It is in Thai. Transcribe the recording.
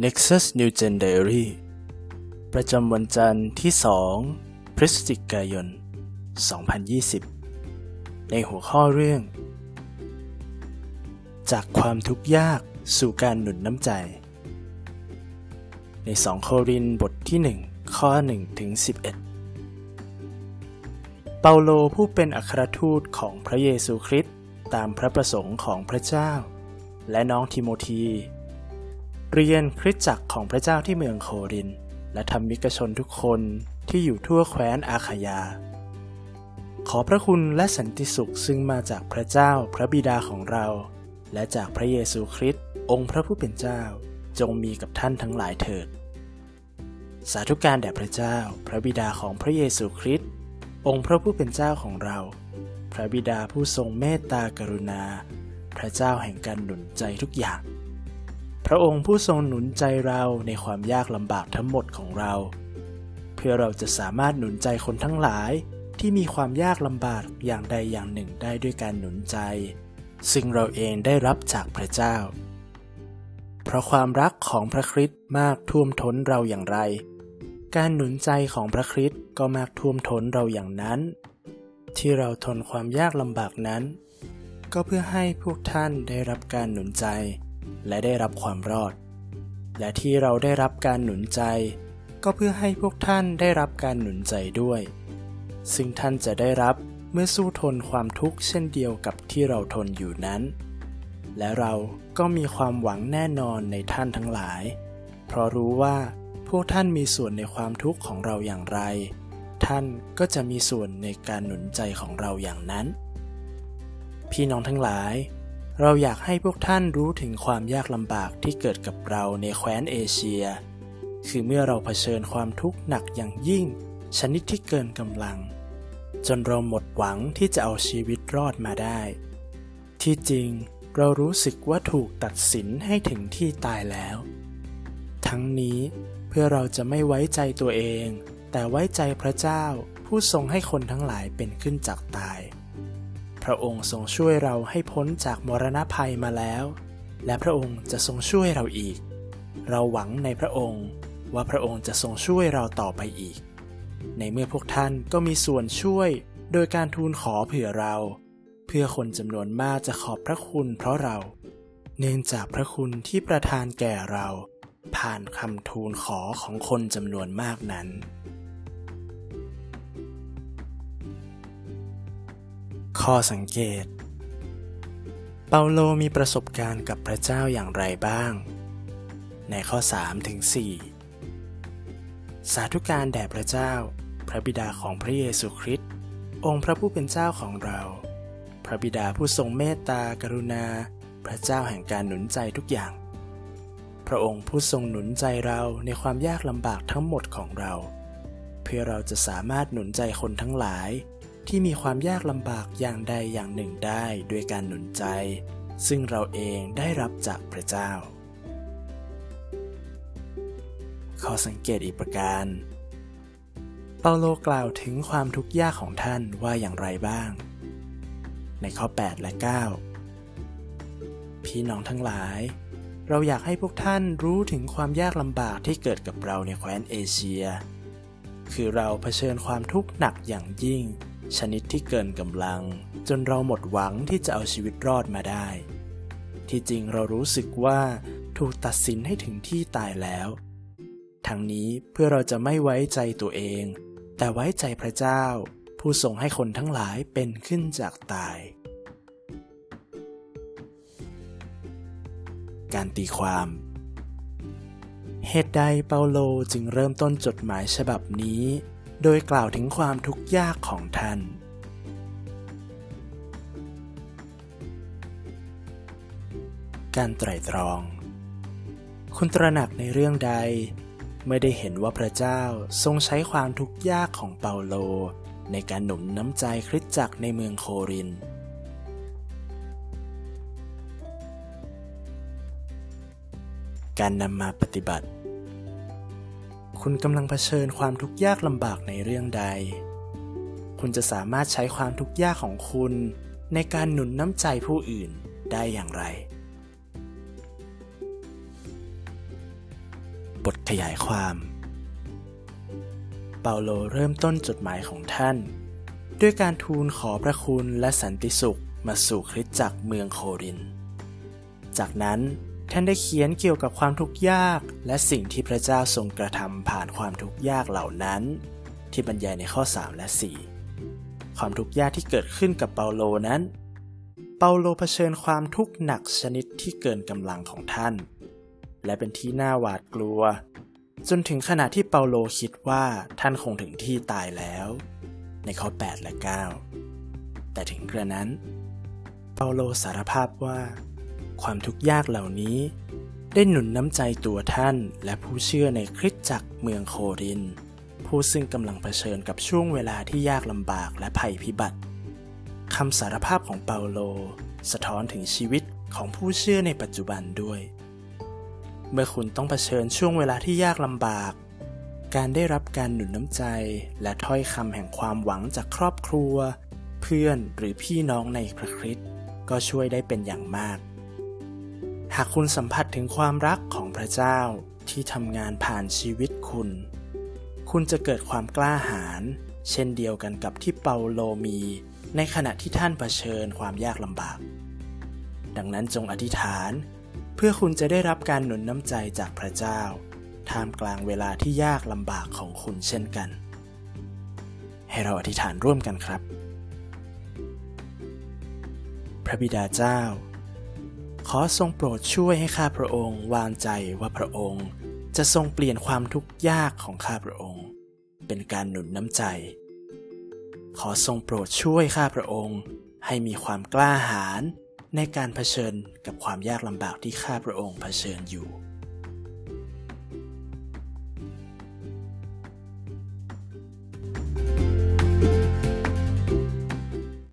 Nexus New Gen Diary ประจำวันจันทร์ที่ 2 พฤศจิกายน 2020 ในหัวข้อเรื่องจากความทุกข์ยากสู่การหนุนน้ำใจใน2 โครินธ์บทที่ 1 ข้อ 1 ถึง 11 เปาโลผู้เป็นอัครทูตของพระเยซูคริสต์ตามพระประสงค์ของพระเจ้าและน้องทิโมธีเรียนคริสตจักรของพระเจ้าที่เมืองโครินธ์และธรรมิกชนทุกคนที่อยู่ทั่วแคว้นอาคายาขอพระคุณและสันติสุขซึ่งมาจากพระเจ้าพระบิดาของเราและจากพระเยซูคริสต์องค์พระผู้เป็นเจ้าจงมีกับท่านทั้งหลายเถิดสาธุการแด่พระเจ้าพระบิดาของพระเยซูคริสต์องค์พระผู้เป็นเจ้าของเราพระบิดาผู้ทรงเมตตากรุณาพระเจ้าแห่งการหนุนใจทุกอย่างพระองค์ผู้ทรงหนุนใจเราในความยากลำบากทั้งหมดของเราเพื่อเราจะสามารถหนุนใจคนทั้งหลายที่มีความยากลำบากอย่างใดอย่างหนึ่งได้ด้วยการหนุนใจซึ่งเราเองได้รับจากพระเจ้าเพราะความรักของพระคริสต์มากท่วมท้นเราอย่างไรการหนุนใจของพระคริสต์ก็มากท่วมท้นเราอย่างนั้นที่เราทนความยากลำบากนั้นก็เพื่อให้พวกท่านได้รับการหนุนใจและได้รับความรอดและที่เราได้รับการหนุนใจก็เพื่อให้พวกท่านได้รับการหนุนใจด้วยซึ่งท่านจะได้รับเมื่อสู้ทนความทุกข์เช่นเดียวกับที่เราทนอยู่นั้นและเราก็มีความหวังแน่นอนในท่านทั้งหลายเพราะรู้ว่าพวกท่านมีส่วนในความทุกข์ของเราอย่างไรท่านก็จะมีส่วนในการหนุนใจของเราอย่างนั้นพี่น้องทั้งหลายเราอยากให้พวกท่านรู้ถึงความยากลำบากที่เกิดกับเราในแคว้นเอเชียคือเมื่อเราเผชิญความทุกข์หนักอย่างยิ่งชนิดที่เกินกำลังจนเราหมดหวังที่จะเอาชีวิตรอดมาได้ที่จริงเรารู้สึกว่าถูกตัดสินให้ถึงที่ตายแล้วทั้งนี้เพื่อเราจะไม่ไว้ใจตัวเองแต่ไว้ใจพระเจ้าผู้ทรงให้คนทั้งหลายเป็นขึ้นจากตายพระองค์ทรงช่วยเราให้พ้นจากมรณะภัยมาแล้วและพระองค์จะทรงช่วยเราอีกเราหวังในพระองค์ว่าพระองค์จะทรงช่วยเราต่อไปอีกในเมื่อพวกท่านก็มีส่วนช่วยโดยการทูลขอเผื่อเราเพื่อคนจำนวนมากจะขอบพระคุณเพราะเราเนื่องจากพระคุณที่ประทานแก่เราผ่านคำทูลขอของคนจำนวนมากนั้นข้อสังเกตเปาโลมีประสบการณ์กับพระเจ้าอย่างไรบ้างในข้อ 3-4 สาธุการแด่พระเจ้าพระบิดาของพระเยซูคริสต์องค์พระผู้เป็นเจ้าของเราพระบิดาผู้ทรงเมตตากรุณาพระเจ้าแห่งการหนุนใจทุกอย่างพระองค์ผู้ทรงหนุนใจเราในความยากลำบากทั้งหมดของเราเพื่อเราจะสามารถหนุนใจคนทั้งหลายที่มีความยากลำบากอย่างใดอย่างหนึ่งได้ด้วยการหนุนใจซึ่งเราเองได้รับจากพระเจ้าข้อสังเกตอีกประการเปาโลกล่าวถึงความทุกข์ยากของท่านว่าอย่างไรบ้างในข้อ 8 และ 9 พี่น้องทั้งหลายเราอยากให้พวกท่านรู้ถึงความยากลำบากที่เกิดกับเราในแคว้นเอเชียคือเราเผชิญความทุกข์หนักอย่างยิ่งชนิดที่เกินกำลังจนเราหมดหวังที่จะเอาชีวิตรอดมาได้ที่จริงเรารู้สึกว่าถูกตัดสินให้ถึงที่ตายแล้วทั้งนี้เพื่อเราจะไม่ไว้ใจตัวเองแต่ไว้ใจพระเจ้าผู้ทรงให้คนทั้งหลายเป็นขึ้นจากตายการตีความเหตุใดเปาโลจึงเริ่มต้นจดหมายฉบับนี้โดยกล่าวถึงความทุกข์ยากของท่านการไตร่ตรองคุณตระหนักในเรื่องใดเมื่อได้เห็นว่าพระเจ้าทรงใช้ความทุกข์ยากของเปาโลในการหนุนน้ำใจคริสตจักรในเมืองโครินธ์การนำมาปฏิบัติคุณกำลังเผชิญความทุกข์ยากลำบากในเรื่องใดคุณจะสามารถใช้ความทุกข์ยากของคุณในการหนุนน้ำใจผู้อื่นได้อย่างไรยายความเปาโลเริ่มต้นจดหมายของท่านด้วยการทูลขอพระคุณและสันติสุขมาสู่คริสตจักรเมืองโครินธ์จากนั้นท่านได้เขียนเกี่ยวกับความทุกข์ยากและสิ่งที่พระเจ้าทรงกระทำผ่านความทุกข์ยากเหล่านั้นที่บรรยายในข้อ3และ4ความทุกข์ยากที่เกิดขึ้นกับเปาโลนั้นเปาโลเผชิญความทุกข์หนักชนิดที่เกินกำลังของท่านและเป็นที่น่าหวาดกลัวจนถึงขณะที่เปาโลคิดว่าท่านคงถึงที่ตายแล้วในข้อ8และ9แต่ถึงกระนั้นเปาโลสารภาพว่าความทุกข์ยากเหล่านี้ได้หนุนน้ำใจตัวท่านและผู้เชื่อในคริสตจักรเมืองโครินธ์ผู้ซึ่งกำลังเผชิญกับช่วงเวลาที่ยากลำบากและภัยพิบัติคำสารภาพของเปาโลสะท้อนถึงชีวิตของผู้เชื่อในปัจจุบันด้วยเมื่อคุณต้องเผชิญช่วงเวลาที่ยากลำบากการได้รับการหนุนน้ำใจและถ้อยคำแห่งความหวังจากครอบครัวเพื่อนหรือพี่น้องในพระคริสต์ก็ช่วยได้เป็นอย่างมากหากคุณสัมผัสถึงความรักของพระเจ้าที่ทำงานผ่านชีวิตคุณจะเกิดความกล้าหาญเช่นเดียวกันกับที่เปาโลมีในขณะที่ท่านเผชิญความยากลำบากดังนั้นจงอธิษฐานเพื่อคุณจะได้รับการหนุนน้ำใจจากพระเจ้าท่ามกลางเวลาที่ยากลำบากของคุณเช่นกันให้เราอธิษฐานร่วมกันครับพระบิดาเจ้าขอทรงโปรดช่วยให้ข้าพระองค์วางใจว่าพระองค์จะทรงเปลี่ยนความทุกข์ยากของข้าพระองค์เป็นการหนุนน้ำใจขอทรงโปรดช่วยข้าพระองค์ให้มีความกล้าหาญในการเผชิญกับความยากลำบากที่ข้าพระองค์เผชิญอยู่